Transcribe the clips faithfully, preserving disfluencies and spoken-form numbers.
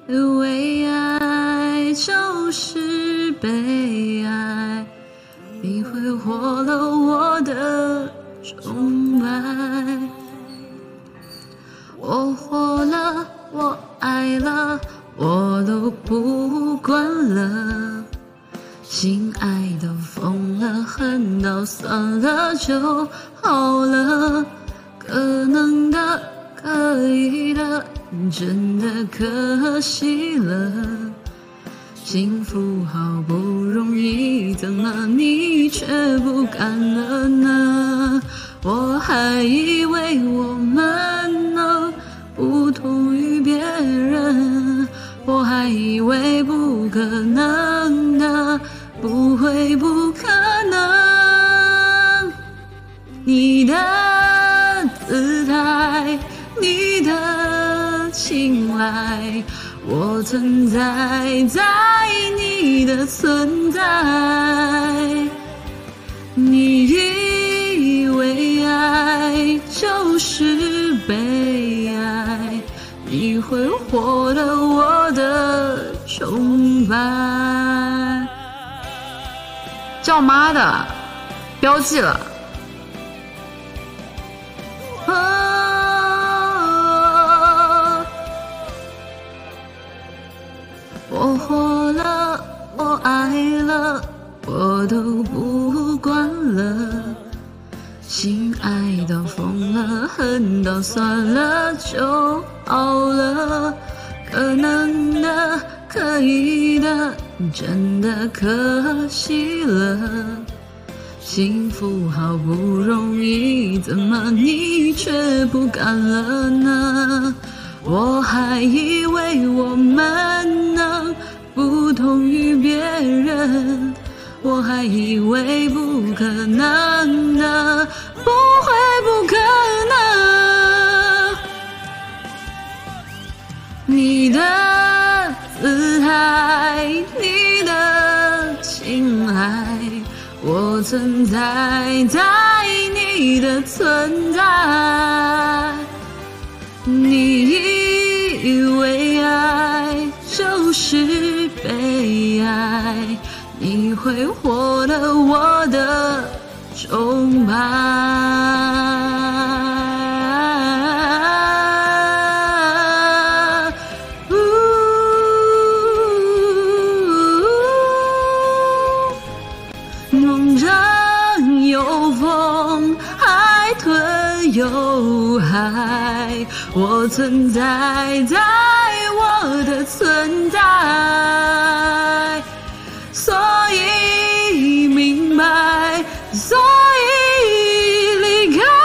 为爱就是被爱，你挥霍了我的崇拜。我活了，我爱了，我都不管了。心爱的疯了，恨到算了就好了。可能的，可以的，真的可惜了。幸福好不容易，怎么你却不敢了呢？我还以为我们能不同于别人，我还以为不可能的，不会不可能。你的姿态，你的青睐，我存在在你的存在。你以为爱就是被爱，你挥霍了我的崇拜。叫妈的，标记了。啊，我活了，我爱了，我都不管了。心爱到疯了，恨到算了就好了。可能的，可以的，真的可惜了。幸福好不容易，怎么你却不敢了呢？我还以为我们能不同于别人，我还以为不可能的，不会不可能。你的姿态，你的青睐，我存在在你的存在。你以为爱就是被爱，你挥霍了我的崇拜。梦中有风，海豚有海，我存在在我的存在。所以明白，所以离开，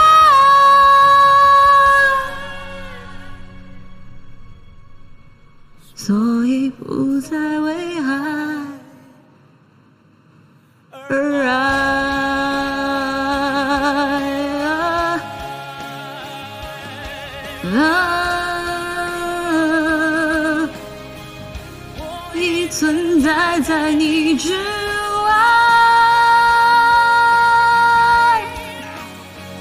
所以不再为爱而爱。啊，我已存在在你之